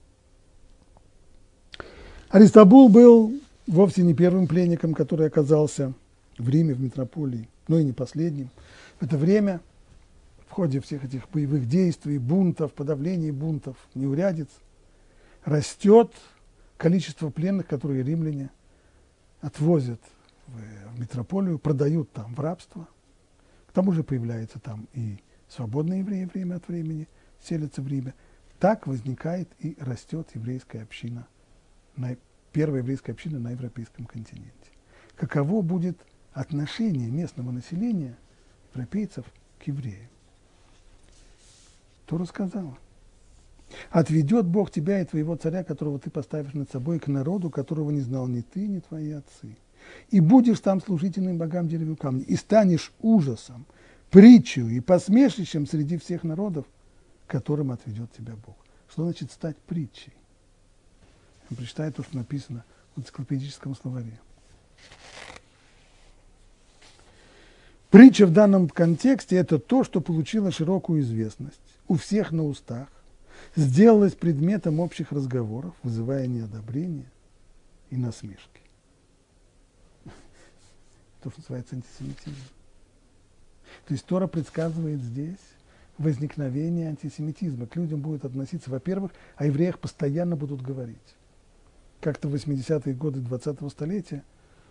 Аристабул был вовсе не первым пленником, который оказался в Риме, в метрополии, но и не последним. В это время, в ходе всех этих боевых действий, бунтов, подавлений бунтов, неурядиц, растет количество пленных, которые римляне отвозят в метрополию, продают там в рабство. К тому же появляются там и свободные евреи время от времени, селятся в Риме. Так возникает и растет еврейская община, первая еврейская община на европейском континенте. Каково будет отношение местного населения, европейцев, к евреям? Тора сказала: «Отведет Бог тебя и твоего царя, которого ты поставишь над собой, к народу, которого не знал ни ты, ни твои отцы. И будешь там служительным богам дереву камня, и станешь ужасом, притчей и посмешищем среди всех народов, которым отведет тебя Бог. Что значит стать притчей? Он прочитает то, что написано в энциклопедическом словаре. Притча в данном контексте – это то, что получило широкую известность, у всех на устах, сделалось предметом общих разговоров, вызывая неодобрение и насмешки. То, что называется антисемитизм. То есть Тора предсказывает здесь возникновение антисемитизма. К людям будет относиться, во-первых, о евреях постоянно будут говорить. Как-то в 80-е годы 20-го столетия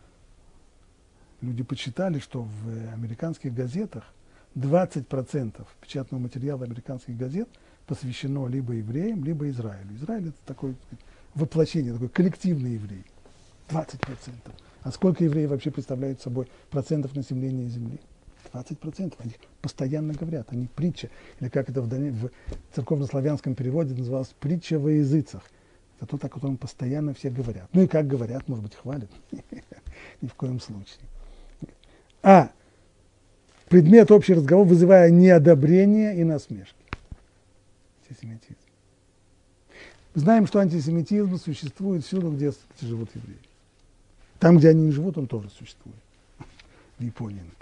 люди подсчитали, что в американских газетах 20% печатного материала американских газет посвящено либо евреям, либо Израилю. Израиль – это такое воплощение, такой коллективный еврей. 20%. А сколько евреев вообще представляют собой процентов населения Земли? 20%. Они постоянно говорят, они притча, или как это в церковнославянском переводе называлось, притча во языцах. Это то, о котором постоянно все говорят. Ну и как говорят, может быть, хвалят. Ни в коем случае. А предмет общий разговор, вызывая неодобрение и насмешки. Антисемитизм. Знаем, что антисемитизм существует всюду, где живут евреи. Там, где они не живут, он тоже существует. В Японии, например.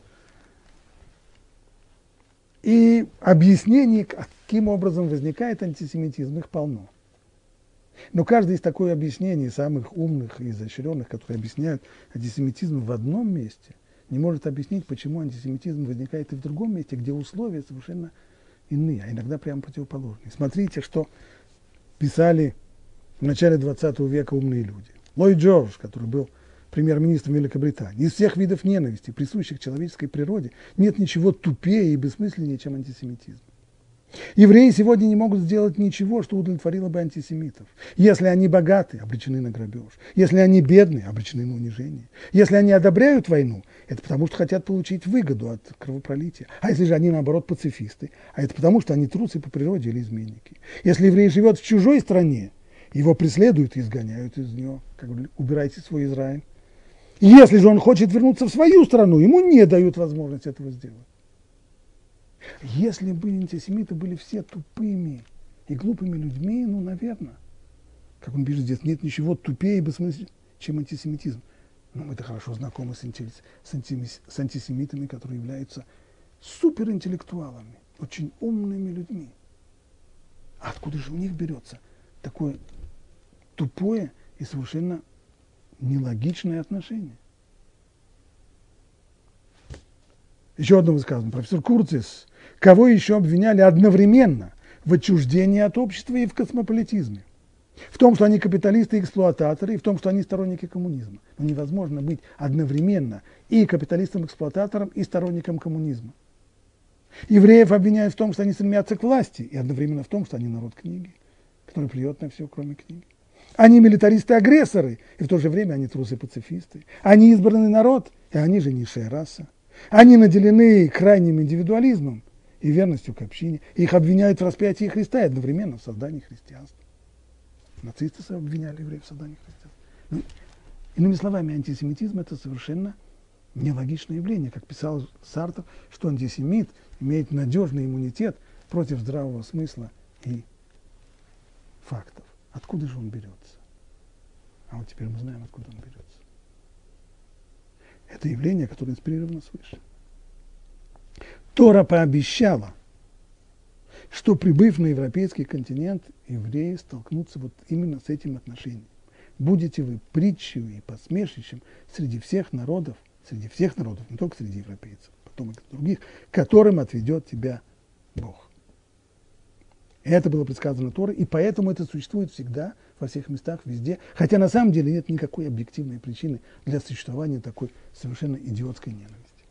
И объяснений, каким образом возникает антисемитизм, их полно. Но каждое из такое объяснений, самых умных и изощренных, которые объясняют антисемитизм в одном месте, не может объяснить, почему антисемитизм возникает и в другом месте, где условия совершенно иные, а иногда прямо противоположные. Смотрите, что писали в начале 20 века умные люди. Ллойд Джордж, который был премьер-министром Великобритании, из всех видов ненависти, присущих человеческой природе, нет ничего тупее и бессмысленнее, чем антисемитизм. Евреи сегодня не могут сделать ничего, что удовлетворило бы антисемитов. Если они богаты, обречены на грабеж. Если они бедны, обречены на унижение. Если они одобряют войну, это потому, что хотят получить выгоду от кровопролития. А если же они, наоборот, пацифисты, а это потому, что они трусы по природе или изменники. Если еврей живет в чужой стране, его преследуют и изгоняют из нее, как говорили, убирайте свой Израиль. Если же он хочет вернуться в свою страну, ему не дают возможность этого сделать. Если бы антисемиты были все тупыми и глупыми людьми, ну, наверное, как он пишет здесь, нет ничего тупее и бессмысленнее, чем антисемитизм. Но мы-то хорошо знакомы с антисемитами, которые являются суперинтеллектуалами, очень умными людьми. А откуда же у них берется такое тупое и совершенно нелогичное отношение? Еще одно высказывание. Профессор Курцис. Кого еще обвиняли одновременно в отчуждении от общества и в космополитизме? В том, что они капиталисты и эксплуататоры, и в том, что они сторонники коммунизма. Но невозможно быть одновременно и капиталистом-эксплуататором, и сторонником коммунизма. Евреев обвиняют в том, что они стремятся к власти, и одновременно в том, что они народ книги, который плюет на все, кроме книги. Они милитаристы-агрессоры, и в то же время они трусы-пацифисты. Они избранный народ, и они же низшая раса. Они наделены крайним индивидуализмом и верностью к общине. Их обвиняют в распятии Христа и одновременно в создании христианства. Нацисты обвиняли евреев в создании христианства. Иными словами, антисемитизм – это совершенно нелогичное явление. Как писал Сартр, что антисемит имеет надежный иммунитет против здравого смысла и фактов. Откуда же он берется? А вот теперь мы знаем, откуда он берется. Это явление, которое инспирировано свыше. Тора пообещала, что, прибыв на европейский континент, евреи столкнутся вот именно с этим отношением. Будете вы притчей и посмешищем среди всех народов, не только среди европейцев, потом и других, которым отведет тебя Бог. Это было предсказано Торой, и поэтому это существует всегда, во всех местах, везде. Хотя на самом деле нет никакой объективной причины для существования такой совершенно идиотской ненависти.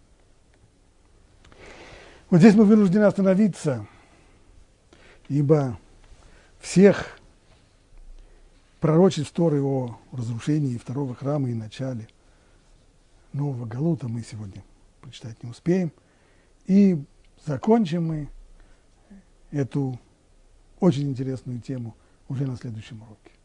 Вот здесь мы вынуждены остановиться, ибо всех пророчеств Торы о разрушении второго храма и начале нового Галута мы сегодня прочитать не успеем. И закончим мы эту очень интересную тему уже на следующем уроке.